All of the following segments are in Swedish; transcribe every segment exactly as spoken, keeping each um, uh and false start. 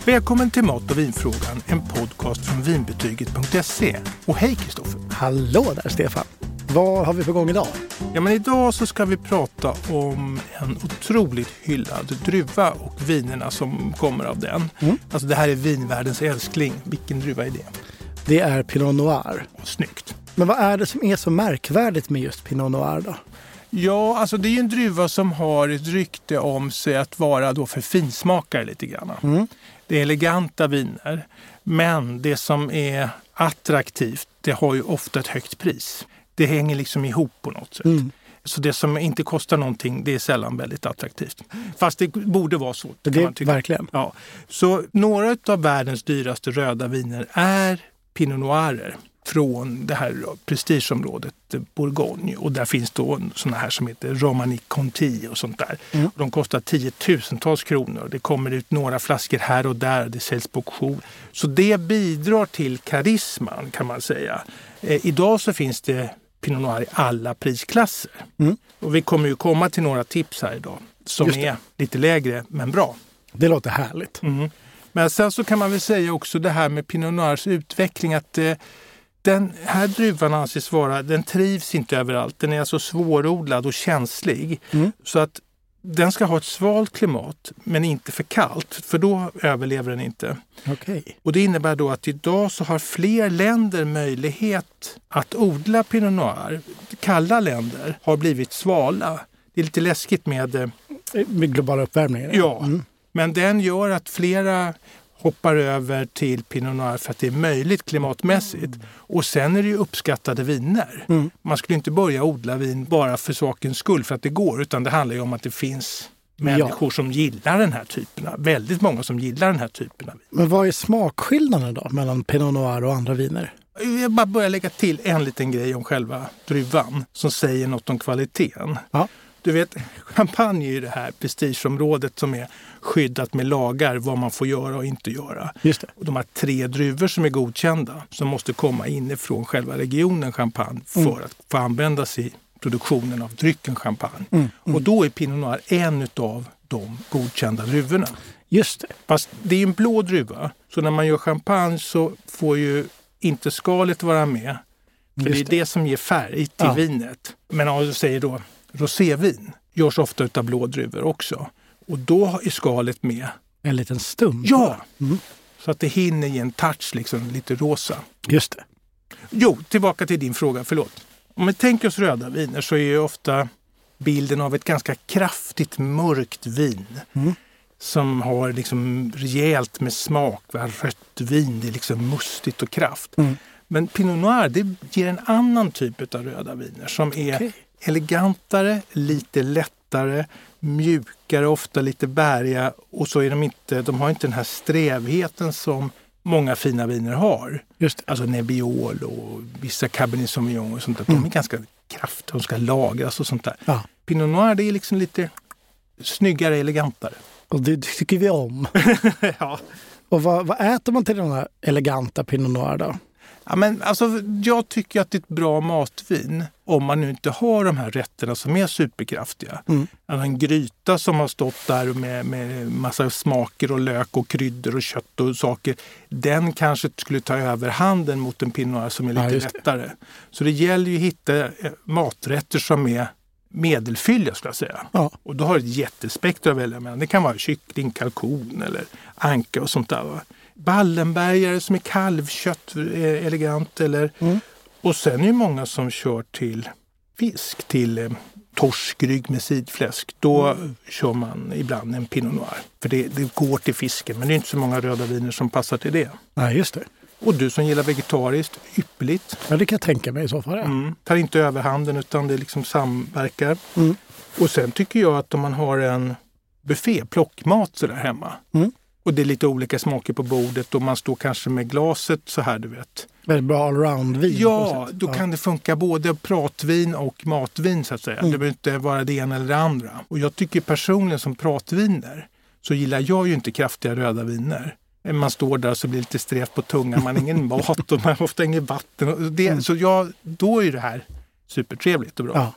Välkommen till Mat- och vinfrågan, en podcast från vinbetyget punkt se. Och hej Kristoffer. Hallå där Stefan. Vad har vi på gång idag? Ja, men idag så ska vi prata om en otroligt hyllad druva och vinerna som kommer av den. Mm. Alltså det här är vinvärldens älskling. Vilken druva är det? Det är Pinot Noir. Snyggt. Men vad är det som är så märkvärdigt med just Pinot Noir då? Ja, alltså det är ju en druva som har ett rykte om sig att vara då för finsmakare lite grann. Mm. Det är eleganta viner, men det som är attraktivt, det har ju ofta ett högt pris. Det hänger liksom ihop på något sätt. Mm. Så det som inte kostar någonting, det är sällan väldigt attraktivt. Fast det borde vara så. Det kan man tycka. Verkligen. Ja. Så några av världens dyraste röda viner är Pinot Noirer från det här prestigeområdet Bourgogne. Och där finns då såna här som heter Romanée Conti och sånt där. Mm. Och de kostar tiotusentals kronor. Det kommer ut några flaskor här och där. Det säljs på auktion. Så det bidrar till karisman kan man säga. Eh, idag så finns det Pinot Noir i alla prisklasser. Mm. Och vi kommer ju komma till några tips här idag som är lite lägre men bra. Det låter härligt. Mm. Men sen så kan man väl säga också det här med Pinot Noirs utveckling att eh, den här druvan anses vara, den trivs inte överallt. Den är alltså svårodlad och känslig. Mm. Så att den ska ha ett svalt klimat men inte för kallt. För då överlever den inte. Okay. Och det innebär då att idag så har fler länder möjlighet att odla Pinot Noir. Kalla länder har blivit svala. Det är lite läskigt med... Med globala uppvärmningar. Ja, mm. men den gör att flera hoppar över till Pinot Noir för att det är möjligt klimatmässigt. Mm. Och sen är det ju uppskattade viner. Mm. Man skulle inte börja odla vin bara för sakens skull för att det går. Utan det handlar ju om att det finns människor ja. som gillar den här typen av, väldigt många som gillar den här typen av vin. Men vad är smakskillnaden då mellan Pinot Noir och andra viner? Jag bara börjar lägga till en liten grej om själva druvan som säger något om kvaliteten. Ja. Du vet, champagne är ju det här prestigeområdet som är skyddat med lagar vad man får göra och inte göra. Just det. Och de har tre druvor som är godkända som måste komma inifrån själva regionen champagne för mm. att få användas i produktionen av drycken champagne. Mm. Mm. Och då är Pinot Noir en av de godkända druvorna. Just det. Fast det är en blå druva, så när man gör champagne så får ju inte skalet vara med. För Just det är det. det som ger färg till ja. vinet. Men om du säger då rosévin görs ofta utav blå druvor också. Och då är skalet med. En liten stump. Ja, mm. så att det hinner ge en touch liksom lite rosa. Just det. Jo, tillbaka till din fråga, förlåt. Om vi tänker oss röda viner så är ju ofta bilden av ett ganska kraftigt mörkt vin. Mm. Som har liksom rejält med smak. Rött vin, det är liksom mustigt och kraft. Mm. Men Pinot Noir, det ger en annan typ av röda viner som är okay. elegantare, lite lättare, mjukare, ofta lite bärga och så är de inte, de har inte den här strävheten som många fina viner har. Just det. Alltså Nebbiolo och vissa Cabernet Sauvignon och sånt där. Mm. De är ganska kraftiga, de ska lagras och sånt där. Ja. Pinot Noir, det är liksom lite snyggare, elegantare. Och det tycker vi om. Ja. Och vad, vad äter man till den här eleganta Pinot Noir då? Ja, men alltså, jag tycker att det är ett bra matvin om man nu inte har de här rätterna som är superkraftiga. Mm. Alltså en gryta som har stått där med, med massa smaker och lök och kryddor och kött och saker. Den kanske skulle ta över handen mot en Pinot Noir som är lite ja, lättare. Det. Så det gäller ju att hitta maträtter som är medelfylliga skulle jag säga. Ja. Och då har det ett jättespektra att välja mellan. Det kan vara kyckling, kalkon eller anka och sånt där va. Ballenbergare som är kalvkött elegant eller mm. och sen är det många som kör till fisk till eh, torskrygg med sidfläsk. Då mm. kör man ibland en Pinot Noir för det, det går till fisken men det är inte så många röda viner som passar till det. Nej, just det. Och du som gillar vegetariskt, ypperligt. Ja, det kan jag tänka mig i så fall. Ja. Mm. Tar inte över handen utan det liksom samverkar. Mm. Och sen tycker jag att om man har en buffé, plockmat så där hemma. Mm. Och det är lite olika smaker på bordet och man står kanske med glaset så här, du vet. Väldigt bra allround-vin. Ja, då ja. kan det funka både pratvin och matvin så att säga. Mm. Det behöver inte vara det ena eller det andra. Och jag tycker personligen som pratviner så gillar jag ju inte kraftiga röda viner. Man står där så blir det lite strävt på tungan, man har ingen mat och man har ofta ingen vatten. Och det, mm. Så jag, då är det här supertrevligt och bra. Ja.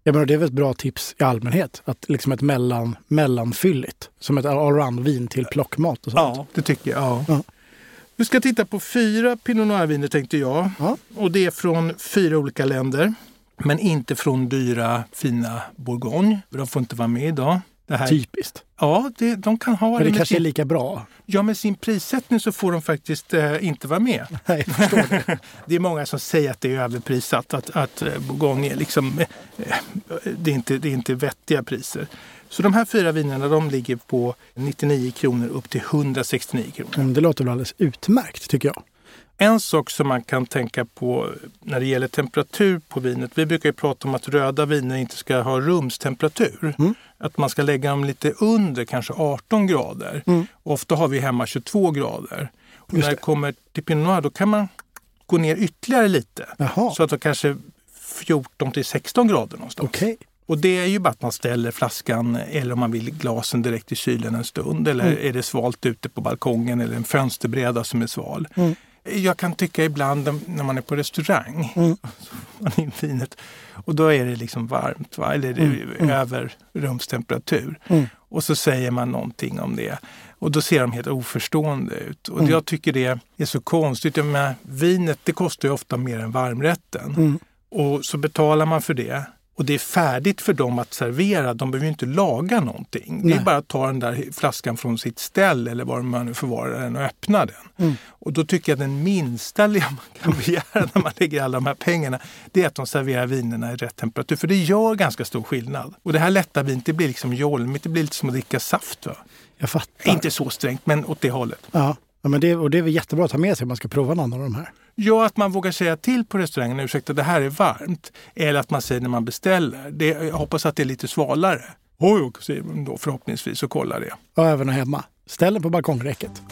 Jag menar, det är väl ett bra tips i allmänhet. Att liksom ett mellan, mellanfylligt. Som ett allround-vin till plockmat och sånt. Ja, det tycker jag. Ja. Ja. Vi ska titta på fyra Pinot Noir-viner tänkte jag. Ja. Och det är från fyra olika länder. Men inte från dyra, fina Bourgogne. De får inte vara med idag. Det här... Typiskt. Ja, det, de kan ha... Men det kanske sin... är lika bra. Ja, med sin prissättning så får de faktiskt eh, inte vara med. Nej, jag förstår det. Det är många som säger att det är överprisat. Att, att Bourgogne är liksom... Eh, det, är inte, det är inte vettiga priser. Så de här fyra vinerna, de ligger på nittionio kronor upp till hundrasextionio kronor. Mm, det låter väl alldeles utmärkt, tycker jag. En sak som man kan tänka på när det gäller temperatur på vinet. Vi brukar ju prata om att röda viner inte ska ha rumstemperatur. Mm. Att man ska lägga dem lite under kanske arton grader. Mm. Ofta har vi hemma tjugotvå grader. Och när det kommer till Pinot Noir då kan man gå ner ytterligare lite. Jaha. Så att det kanske fjorton till sexton grader någonstans. Okej. Och det är ju bara att man ställer flaskan eller om man vill glasen direkt i kylen en stund. Eller mm. är det svalt ute på balkongen eller en fönsterbräda som är sval. Mm. Jag kan tycka ibland när man är på restaurang mm. så får man in vinet och då är det liksom varmt, va? Eller det är mm. över rumstemperatur. Mm. Och så säger man någonting om det. Och då ser de helt oförstående ut. Och mm. jag tycker det är så konstigt. Jag menar, vinet det kostar ju ofta mer än varmrätten. Mm. Och så betalar man för det. Och det är färdigt för dem att servera. De behöver ju inte laga någonting. Nej. Det är bara att ta den där flaskan från sitt ställ eller var man nu förvarar den och öppna den. Mm. Och då tycker jag att den minsta man kan begära när man lägger alla de här pengarna det är att de serverar vinerna i rätt temperatur. För det gör ganska stor skillnad. Och det här lätta vinet det blir liksom jolmigt. Det blir lite som att dricka saft, va? Jag fattar. Inte så strängt men åt det hållet. Ja, ja men det, och det är väl jättebra att ta med sig om man ska prova någon av de här. Ja, att man vågar säga till på restaurangen, ursäkta det här är varmt. Eller att man säger när man beställer. Det, jag hoppas att det är lite svalare. Oj, säger man då förhoppningsvis och kollar det. Och även hemma. Ställ den på balkongräcket.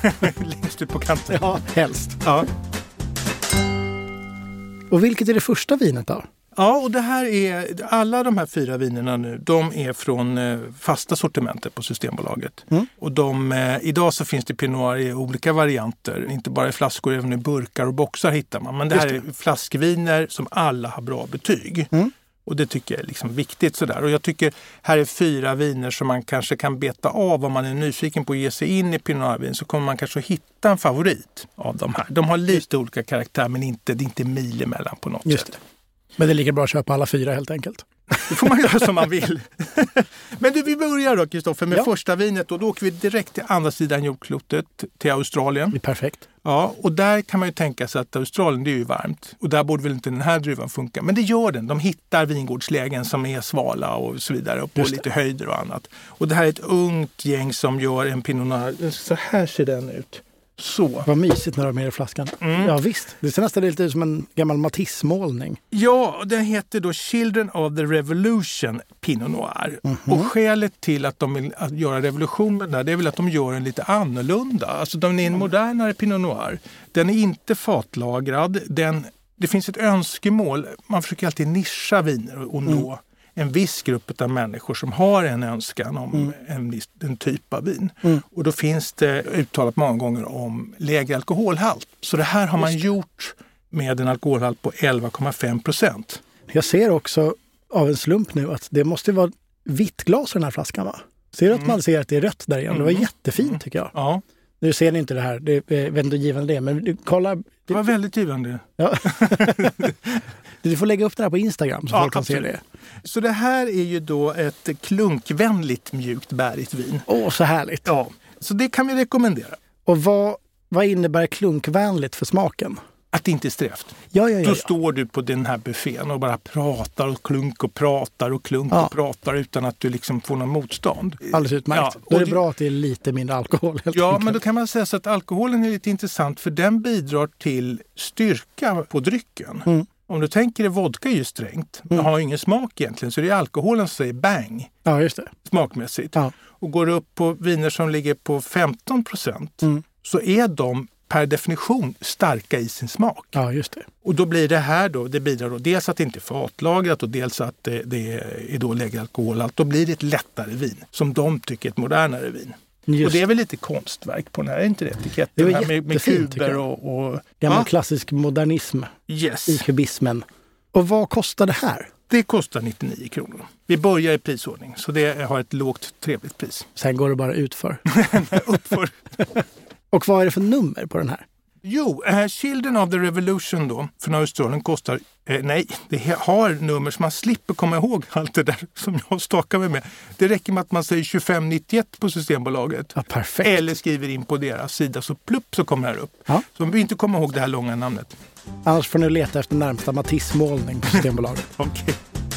Längst ut på kanten. Ja, helst. Ja. Och vilket är det första vinet då? Ja, och det här är, alla de här fyra vinerna nu, de är från eh, fasta sortimentet på Systembolaget. Mm. Och de, eh, idag så finns det Pinot Noir i olika varianter, inte bara i flaskor, även i burkar och boxar hittar man. Men det här det. är flaskviner som alla har bra betyg. Mm. Och det tycker jag är liksom viktigt sådär. Och jag tycker här är fyra viner som man kanske kan beta av om man är nyfiken på att ge sig in i Pinot Noir-vin så kommer man kanske hitta en favorit av de här. De har lite Just. olika karaktär men inte, det är inte mil emellan på något Just. sätt. Men det är lika bra att köpa alla fyra helt enkelt. Det får man göra som man vill. Men du, vi börjar då Kristoffer med ja. första vinet och då åker vi direkt till andra sidan jordklotet till Australien. Det är perfekt. Ja, och där kan man ju tänka sig att Australien det är ju varmt. Och där borde väl inte den här druvan funka. Men det gör den. De hittar vingårdslägen som är svala och så vidare. Och på lite höjder och annat. Och det här är ett ungt gäng som gör en Pinot Noir. Så här ser den ut. Så. Vad mysigt när de är i flaskan. Mm. Ja visst, det ser nästan lite ut som en gammal Matisse-målning. Ja, den heter då Children of the Revolution Pinot Noir. Mm-hmm. Och skälet till att de vill att göra revolutionen där, det är väl att de gör en lite annorlunda. Alltså den är en modernare Pinot Noir. Den är inte fatlagrad. Den, det finns ett önskemål. Man försöker alltid nischa viner och nå. Mm. en viss grupp av människor som har en önskan om mm. en, viss, en typ av vin. Mm. Och då finns det uttalat många gånger om lägre alkoholhalt. Så det här har man gjort med en alkoholhalt på elva komma fem procent. Jag ser också av en slump nu att det måste vara vitt glas i den här flaskan, va? Ser du mm. att man ser att det är rött där igen? Mm. Det var jättefint mm. tycker jag. Ja. Nu ser ni inte det här, det är väldigt givande det, men kolla. Det, det var väldigt givande. Ja. Du får lägga upp det här på Instagram så ja, folk kan absolut. se det. Så det här är ju då ett klunkvänligt mjukt bärigt vin. Åh, så härligt. Ja, så det kan vi rekommendera. Och vad, vad innebär klunkvänligt för smaken? Att det inte är strävt. Ja, ja, ja, Då ja. står du på den här buffén och bara pratar och klunk och pratar och klunk ja. och pratar utan att du liksom får någon motstånd. Alldeles utmärkt. Ja, då är det du... bra att det är lite mindre alkohol. Helt ja, enkelt. Men då kan man säga så att alkoholen är lite intressant för den bidrar till styrka på drycken. Mm. Om du tänker dig vodka är ju strängt. Den mm. har ju ingen smak egentligen. Så det är alkoholen som säger bang. Ja, just det. Smakmässigt. Ja. Och går du upp på viner som ligger på femton procent mm. så är de per definition starka i sin smak. Ja, just det. Och då blir det här då, det bidrar då dels att det inte är fatlagrat och dels att det, det är då lägre alkoholhalt. Då blir det ett lättare vin som de tycker är ett modernare vin. Just. Och det är väl lite konstverk på den här, är inte det? Etiketten det här med, med kuber och... och gammal ja. klassisk modernism yes. i kubismen. Och vad kostar det här? Det kostar nittionio kronor. Vi börjar i prisordning, så det har ett lågt trevligt pris. Sen går det bara utför. Uppför. Och vad är det för nummer på den här? Jo, uh, Children of the Revolution då, från Australien kostar, eh, nej, det har nummer så man slipper komma ihåg allt det där som jag stakar mig med. Det räcker med att man säger tjugofem nittioett på Systembolaget. Ja, perfekt. Eller skriver in på deras sida, så plupp så kommer det här upp. Ja. Så man vill inte komma ihåg det här långa namnet. Annars får ni leta efter närmsta Matisse-målning på Systembolaget. Okej. Okay.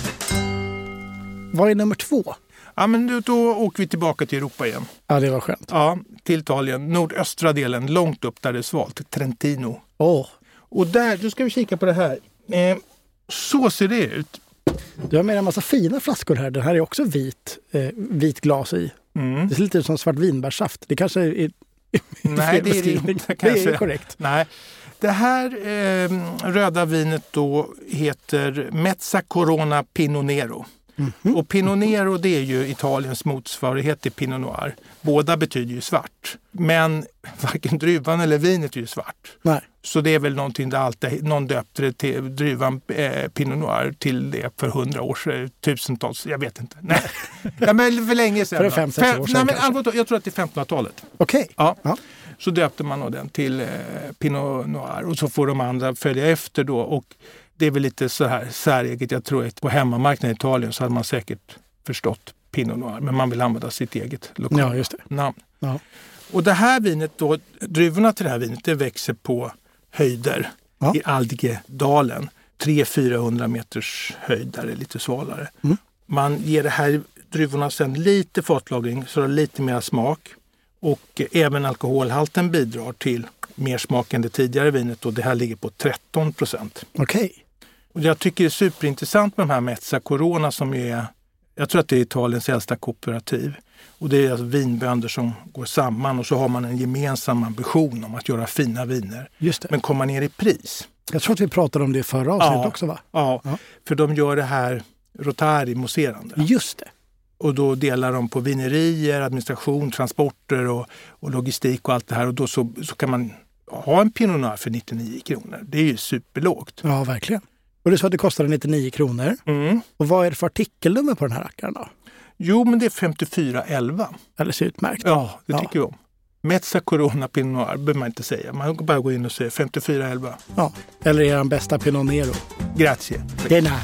Vad är nummer två? Ja, men då, då åker vi tillbaka till Europa igen. Ja, det var skönt. Ja, till Italien. Nordöstra delen, långt upp där det är svalt. Trentino. Åh. Oh. Och där, då ska vi kika på det här. Eh, så ser det ut. Du har med en massa fina flaskor här. Den här är också vit, eh, vit glas i. Mm. Det ser lite ut som svart vinbärssaft. Det kanske är... Nej, det är det inte. Det är korrekt. Nej. Det här eh, röda vinet då heter Mezza Corona Pinot Nero. Mm-hmm. Och Pinot Nero, det är ju Italiens motsvarighet till Pinot Noir. Båda betyder ju svart. Men varken druvan eller vinet är ju svart. Nej. Så det är väl någonting där alltid, någon döpte det till druvan eh, Pinot Noir till det för hundra år sedan, tusentals, jag vet inte. Nej, ja, men för länge sedan. För fem, sex år sedan. Nej, men, allvar, jag tror att det är femtonhundratalet. Okej. Okay. Ja. Ja. Så döpte man den till eh, Pinot Noir och så får de andra följa efter då. Och det är väl lite så här säreget. Jag tror att på hemmamarknaden i Italien så hade man säkert förstått Pinot Noir. Men man vill använda sitt eget lokala ja, just det. namn. Ja. Och det här vinet då, druvorna till det här vinet, det växer på höjder ja. i Aldigedalen. tre till fyrahundra meters höjd där det är lite svalare. Mm. Man ger det här druvorna sen lite fatlagring så det har lite mer smak. Och även alkoholhalten bidrar till mer smak än det tidigare vinet och det här ligger på tretton procent. Okej. Okay. Och jag tycker det är superintressant med de här Mezza Corona som är, jag tror att det är Italiens äldsta kooperativ. Och det är alltså vinbönder som går samman och så har man en gemensam ambition om att göra fina viner. Just det. Men komma ner i pris. Jag tror att vi pratade om det i förra avsnittet ja, också va? Ja, ja, för de gör det här Rotari-mousserande. Just det. Och då delar de på vinerier, administration, transporter och, och logistik och allt det här. Och då så, så kan man ha en Pinot Noir för nittionio kronor. Det är ju superlågt. Ja, verkligen. Och det är så att det kostar nittionio kronor. Mm. Och vad är det för artikelnummer på den här rackaren då? Jo, men det är femtiofyra elva. Alldeles utmärkt. Ja, det ja. tycker jag om. Mezza Corona Pinot Noir behöver man inte säga. Man kan bara gå in och säga femtiofyra elva. Ja, eller är den bästa Pinot Nero. Grazie. Det är nära.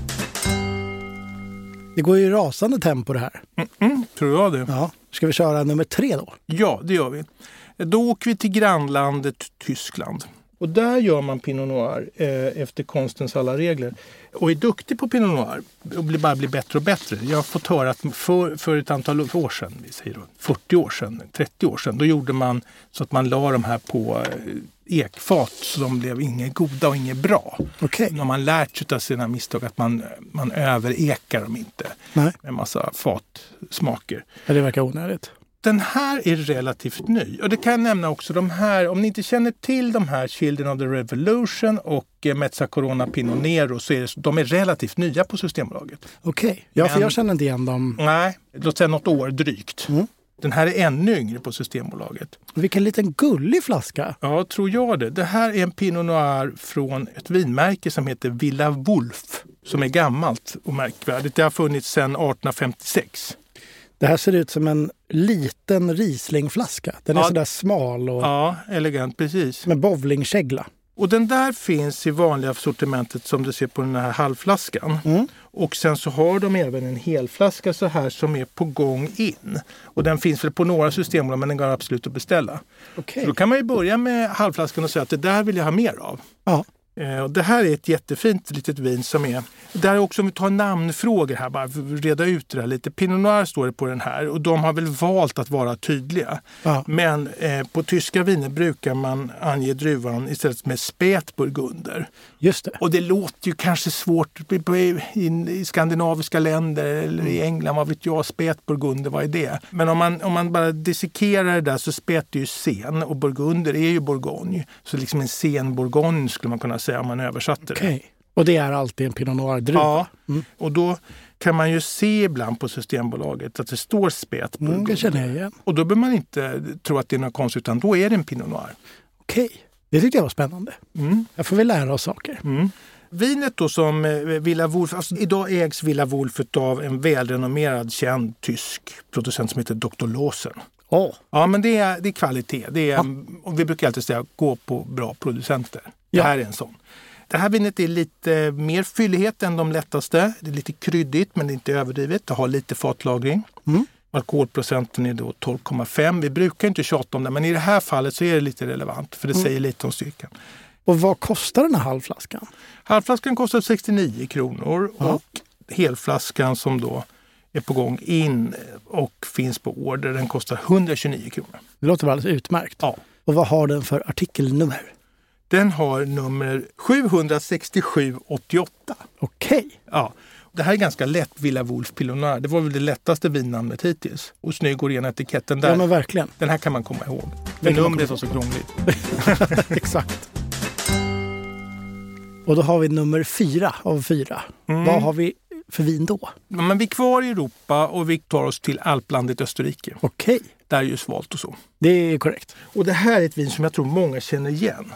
Det går ju rasande tempo det här. Mm-mm, tror jag det. Ja. Ska vi köra nummer tre då? Ja, det gör vi. Då åker vi till grannlandet Tyskland. Och där gör man Pinot Noir eh, efter konstens alla regler. Och är duktig på Pinot Noir och blir bara blir bättre och bättre. Jag har fått höra att för, för ett antal år sedan, vi säger då, fyrtio år sedan, trettio år sedan, då gjorde man så att man la de här på eh, ekfat så de blev inget goda och inget bra. Okay. När man lärt sig av sina misstag att man, man överekar dem inte. Nej. Med en massa fatsmaker. Ja, det verkar onödigt. Den här är relativt ny. Och det kan jag nämna också de här, om ni inte känner till de här Children of the Revolution och eh, Mezza Corona Pinot Nero så är det, de är relativt nya på Systembolaget. Okej, okay. Ja, Men, för jag känner inte igen dem. Nej, låt säga något år drygt. Mm. Den här är ännu yngre på Systembolaget. Vilken liten gullig flaska. Ja, tror jag det. Det här är en Pinot Noir från ett vinmärke som heter Villa Wolf. Som är gammalt och märkvärdigt. Det har funnits sedan arton femtiosex. Det här ser ut som en liten Rieslingflaska. Den är ja, sådär smal och... Ja, elegant, precis. Med bowlingkägla. Och den där finns i vanliga sortimentet som du ser på den här halvflaskan. Mm. Och sen så har de även en helflaska så här som är på gång in. Och den finns väl på några systembolag men den går absolut att beställa. Okay. Så då kan man ju börja med halvflaskan och säga att det där vill jag ha mer av. Ja. Eh, och det här är ett jättefint litet vin som är... Där också om vi tar namnfrågor här, bara för att reda ut det här lite. Pinot Noir står det på den här och de har väl valt att vara tydliga. Ja. Men eh, på tyska viner brukar man ange druvan istället med spätburgunder. Just det. Och det låter ju kanske svårt i, i, i skandinaviska länder eller mm. i England, vad vet jag, spätburgunder, vad är det? Men om man, om man bara dissekerar det där så spät är ju sen och burgunder är ju bourgogne. Så liksom en sen bourgogne skulle man kunna säga om man översatte okay. det. Och det är alltid en Pinot Noir-druva. Ja, mm. och då kan man ju se ibland på Systembolaget att det står spät mm, det känner jag igen. Och då behöver man inte tro att det är något konstigt utan då är det en Pinot Noir. Okej, det tyckte jag var spännande. Mm. Jag får väl lära oss saker. Mm. Vinet då som Villa Wolf, alltså idag ägs Villa Wolf av en välrenommerad känd tysk producent som heter doktor Lawson. Oh. Ja, men det är, det är kvalitet. Det är, ja. Och vi brukar alltid säga gå på bra producenter. Ja. Det här är en sån. Det här vinet är lite mer fyllighet än de lättaste. Det är lite kryddigt men det är inte överdrivet. Det har lite fatlagring. Mm. Alkoholprocenten är då tolv komma fem. Vi brukar inte tjata om det men i det här fallet så är det lite relevant för det mm. säger lite om styrkan. Och vad kostar den här halvflaskan? Halvflaskan kostar sextionio kronor ja. Och helflaskan som då är på gång in och finns på order, den kostar hundratjugonio kronor. Det låter väl alldeles utmärkt. Ja. Och vad har den för artikelnummer? Den har nummer sjuhundrasextiosju åttioåtta. Okej. Okay. Ja. Det här är ganska lätt Villa Wolf Pinot Noir. Det var väl det lättaste vinnamnet hittills. Och snygg går igen etiketten där. Ja, men verkligen. Den här kan man komma ihåg. Men numret var så krångligt. Exakt. Och då har vi nummer fyra av fyra. Mm. Vad har vi för vin då? Ja, men vi är kvar i Europa och vi tar oss till alplandet Österrike. Okej. Okay. Där är ju svalt och så. Det är korrekt. Och det här är ett vin som jag tror många känner igen.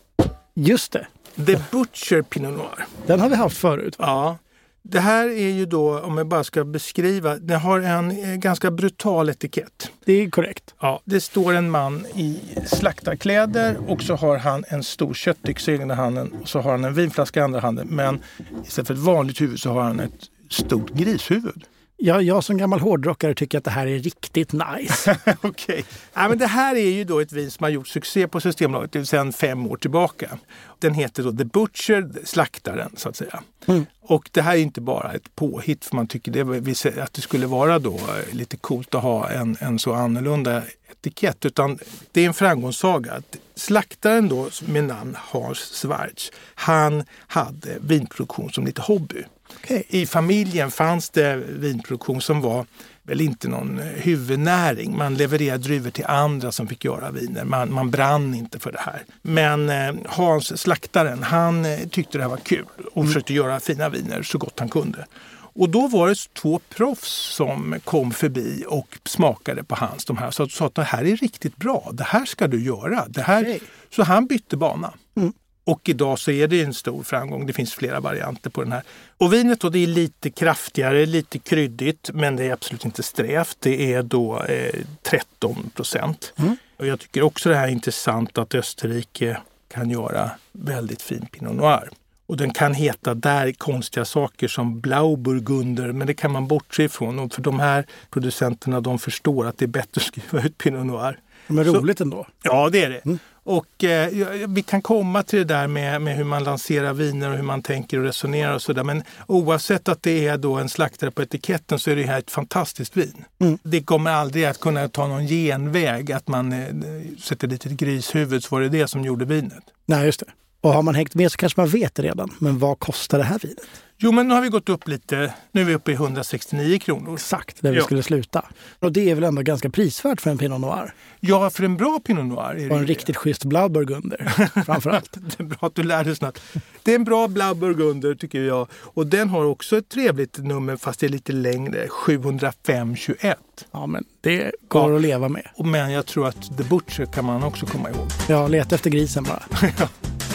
Just det. The Butcher Pinot Noir. Den har vi haft förut. Ja. Det här är ju då, om jag bara ska beskriva, det har en ganska brutal etikett. Det är korrekt. Ja, det står en man i slaktarkläder och så har han en stor köttyxa i ena handen och så har han en vinflaska i andra handen. Men istället för ett vanligt huvud så har han ett stort grishuvud. Ja, jag som gammal hårdrockare tycker att det här är riktigt nice. Okej. Okay. Ja, men det här är ju då ett vin som har gjort succé på Systembolaget sedan fem år tillbaka. Den heter då The Butcher, slaktaren så att säga. Mm. Och det här är inte bara ett påhitt för man tycker det, att det skulle vara då lite coolt att ha en, en så annorlunda etikett. Utan det är en framgångssaga. Slaktaren då med namn Hans Schwarz, han hade vinproduktion som lite hobby. Okay. I familjen fanns det vinproduktion som var väl inte någon huvudnäring. Man levererade druvor till andra som fick göra viner. Man, man brann inte för det här. Men eh, Hans, slaktaren, han eh, tyckte det här var kul och mm. försökte göra fina viner så gott han kunde. Och då var det två proffs som kom förbi och smakade på hans de här. Så att sa att det här är riktigt bra. Det här ska du göra. Det här... Okay. Så han bytte bana. Mm. Och idag så är det en stor framgång. Det finns flera varianter på den här. Och vinet då, det är lite kraftigare, lite kryddigt. Men det är absolut inte strävt. Det är då eh, tretton procent. Mm. Och jag tycker också det här är intressant att Österrike kan göra väldigt fin Pinot Noir. Och den kan heta där konstiga saker som Blauburgunder. Men det kan man bortse ifrån. Och för de här producenterna, de förstår att det är bättre att skriva ut Pinot Noir. Men roligt så, ändå. Ja, det är det. Mm. Och eh, vi kan komma till det där med, med hur man lanserar viner och hur man tänker och resonerar och sådär. Men oavsett att det är då en slaktare på etiketten så är det här ett fantastiskt vin. Mm. Det kommer aldrig att kunna ta någon genväg att man eh, sätter lite grishuvud, så var det det som gjorde vinet. Nej, just det. Och har man hängt med så kanske man vet det redan. Men vad kostar det här vinet? Jo, men nu har vi gått upp lite. Nu är vi uppe i hundrasextionio kronor. Exakt, där vi ja. skulle sluta. Och det är väl ändå ganska prisvärt för en Pinot Noir? Ja, för en bra Pinot Noir är det. Och en riktigt schysst Blauburgunder, framförallt. Det är bra att du lär dig snabbt. Det är en bra Blauburgunder tycker jag. Och den har också ett trevligt nummer fast det är lite längre. sjuhundrafem tjugoett. Ja, men det går ja. att leva med. Men jag tror att The Butcher kan man också komma ihåg. Ja, leta efter grisen bara. Ja.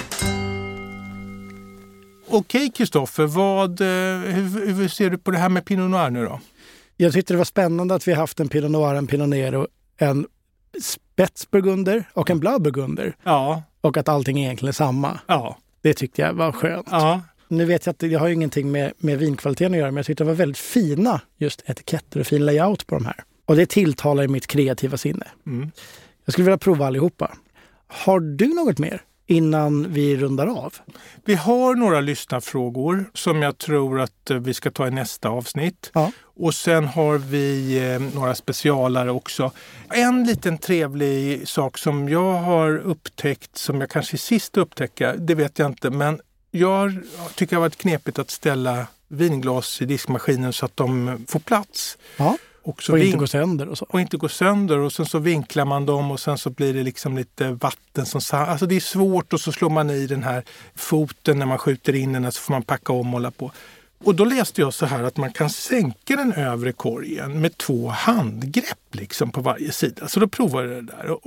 Okej, Kristoffer, vad, hur, hur ser du på det här med Pinot Noir nu då? Jag tyckte det var spännande att vi har haft en Pinot Noir, en Pinot Nero, en Spetsburgunder och en Blauburgunder. Ja. Och att allting egentligen är samma. Ja. Det tyckte jag var skönt. Ja. Nu vet jag att jag har ju ingenting med, med vinkvaliteten att göra, men jag tyckte det var väldigt fina just etiketter och fin layout på de här. Och det tilltalar i mitt kreativa sinne. Mm. Jag skulle vilja prova allihopa. Har du något mer innan vi rundar av? Vi har några lyssnarfrågor som jag tror att vi ska ta i nästa avsnitt. Ja. Och sen har vi eh, några specialare också. En liten trevlig sak som jag har upptäckt, som jag kanske sist upptäcka, det vet jag inte. Men jag tycker det har varit knepigt att ställa vinglas i diskmaskinen så att de får plats. Ja. Och, så och inte gå sönder och så. Och inte gå sönder och sen så vinklar man dem och sen så blir det liksom lite vatten som... Alltså det är svårt och så slår man i den här foten när man skjuter in den så får man packa om och hålla på. Och då läste jag så här att man kan sänka den övre korgen med två handgrepp liksom på varje sida. Så då provade jag det där. Och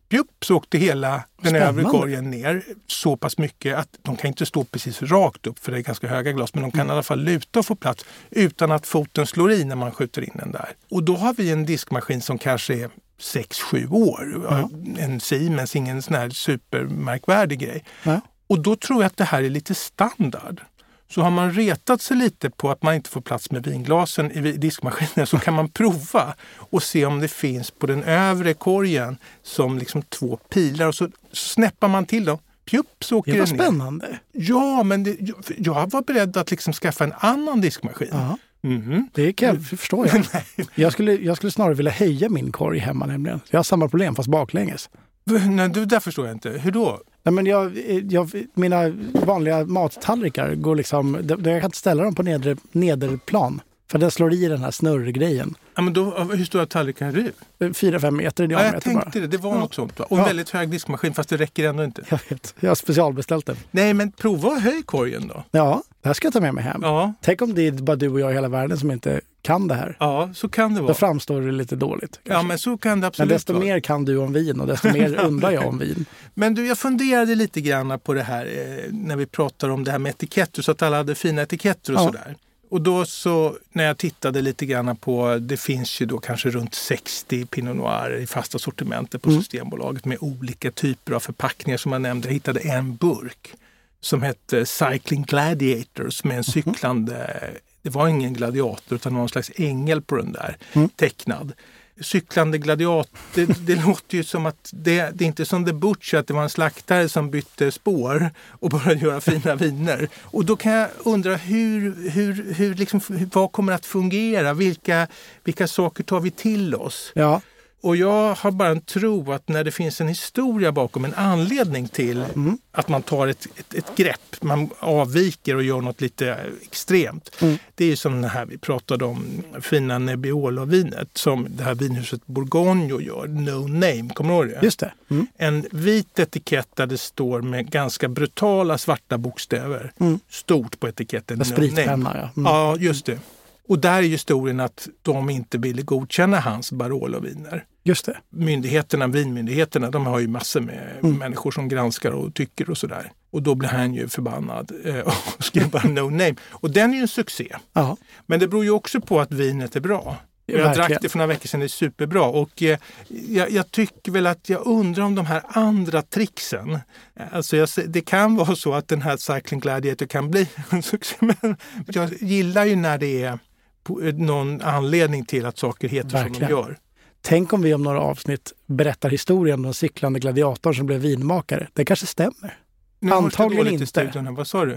Pjupp, så åkte hela den Spännande. övre korgen ner så pass mycket att de kan inte stå precis rakt upp för det är ganska höga glas, men de kan mm. i alla fall luta och få plats utan att foten slår i när man skjuter in den där. Och då har vi en diskmaskin som kanske är sex sju år. Ja. En Siemens, ingen sån här supermärkvärdig grej. Ja. Och då tror jag att det här är lite standard. Så har man retat sig lite på att man inte får plats med vinglasen i diskmaskinen så kan man prova och se om det finns på den övre korgen som liksom två pilar och så snäppar man till dem. Pjupp, så åker det var det ner. Spännande. Ja, men det, jag, jag var beredd att liksom skaffa en annan diskmaskin. Ja. Mm-hmm. Det kan jag förstå. Jag. jag, skulle, jag skulle snarare vilja höja min korg hemma nämligen. Jag har samma problem fast baklänges. Nej, du, där förstår jag inte. Hur då? Nej, men jag, jag, mina vanliga mattallrikar går liksom, jag kan inte ställa dem på nedre, nederplan. För den slår i den här snurrgrejen. Ja, men då, hur stora tallrikar är du? fyra fem meter i diameter. Ja, jag tänkte bara. det. Det var ja. något sånt. Va? Och en ja. väldigt hög diskmaskin, fast det räcker ändå inte. Jag vet. Jag har specialbeställt den. Nej, men prova att höj korgen då. Ja, det här ska jag ta med mig hem. Ja. Tänk om det är bara du och jag i hela världen som inte kan det här. Ja, så kan det vara. Då framstår det lite dåligt. Kanske. Ja, men så kan det absolut Men desto vara. mer kan du om vin och desto mer undrar jag om vin. Men du, jag funderade lite grann på det här eh, när vi pratar om det här med etiketter, så att alla hade fina etiketter och ja. sådär. Och då så, när jag tittade lite grann på, det finns ju då kanske runt sextio Pinot Noir i fasta sortimentet på mm. Systembolaget med olika typer av förpackningar som jag nämnde. Jag hittade en burk som hette Cycling Gladiator som är en cyklande, mm. det var ingen gladiator utan någon slags ängel på den där, mm. tecknad. Cyklande gladiator, det, det låter ju som att det, det är inte som The Butcher, att det var en slaktare som bytte spår och började göra fina viner. Och då kan jag undra hur, hur, hur liksom, vad kommer att fungera? Vilka, vilka saker tar vi till oss? Ja. Och jag har bara en tro att när det finns en historia bakom, en anledning till mm. att man tar ett, ett, ett grepp, man avviker och gör något lite extremt. Mm. Det är ju som det här vi pratade om, fina Nebbiolo-vinet som det här vinhuset Bourgogne gör, No Name, kommer du ihåg det? Just det. Mm. En vit etikett där det står med ganska brutala svarta bokstäver, mm. stort på etiketten, No Name. Ja. Mm. Ja, just det. Och där är ju historien att de inte ville godkänna hans Barolo-viner. Just det. Myndigheterna, vinmyndigheterna, de har ju massor med mm. människor som granskar och tycker och sådär. Och då blir han ju förbannad eh, och skrev bara No Name. Och den är ju en succé. Ja. Men det beror ju också på att vinet är bra. Jag Verkligen. drack det för några veckor sedan, det är superbra. Och eh, jag, jag tycker väl att jag undrar om de här andra tricksen. Alltså jag, det kan vara så att den här Cycling Gladiator kan bli en succé. Men jag gillar ju när det är någon anledning till att saker heter Verkligen. som de gör. Tänk om vi om några avsnitt berättar historien om den cyklande gladiatorn som blev vinmakare. Det kanske stämmer. Nu Antagligen inte. Studion, vad sa du?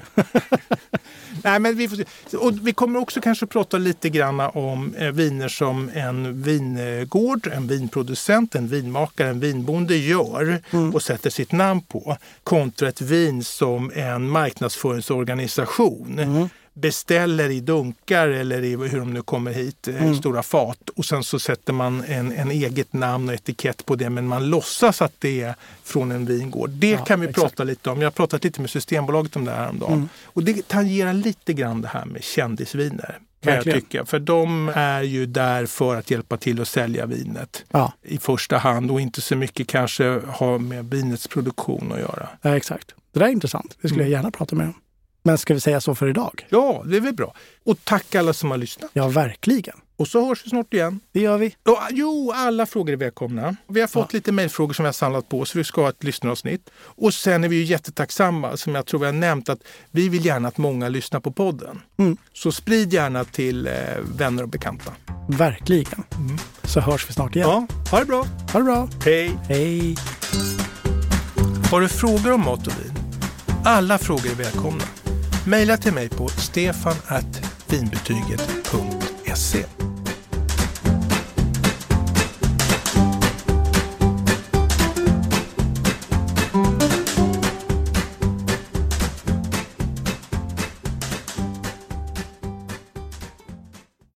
Nej, men vi får se. Och vi kommer också kanske prata lite grann om eh, viner som en vingård, en vinproducent, en vinmakare, en vinbonde gör mm. och sätter sitt namn på. Kontra ett vin som en marknadsföringsorganisation mm. beställer i dunkar eller i hur de nu kommer hit, mm. stora fat. Och sen så sätter man en, en eget namn och etikett på det, men man låtsas att det är från en vingård. Det ja, kan vi exakt. prata lite om. Jag har pratat lite med Systembolaget om det här om dagen. Mm. Och det tangerar lite grann det här med kändisviner. Kan jag tycka. För de är ju där för att hjälpa till att sälja vinet ja. i första hand och inte så mycket kanske ha med vinets produktion att göra. Ja, exakt. Det där är intressant. Det skulle mm. jag gärna prata med om. Men ska vi säga så för idag? Ja, det är väl bra. Och tack alla som har lyssnat. Ja, verkligen. Och så hörs vi snart igen. Det gör vi. Och, jo, alla frågor är välkomna. Vi har fått ja. lite mejlfrågor som vi har samlat på, så vi ska ha ett lyssnaravsnitt. Och sen är vi ju jättetacksamma, som jag tror vi har nämnt, att vi vill gärna att många lyssnar på podden. Mm. Så sprid gärna till eh, vänner och bekanta. Verkligen. Mm. Så hörs vi snart igen. Ja, ha det bra. Ha det bra. Hej. Hej. Har du frågor om mat och vin? Alla frågor är välkomna. Maila till mig på stefan at vinbetyget punkt se.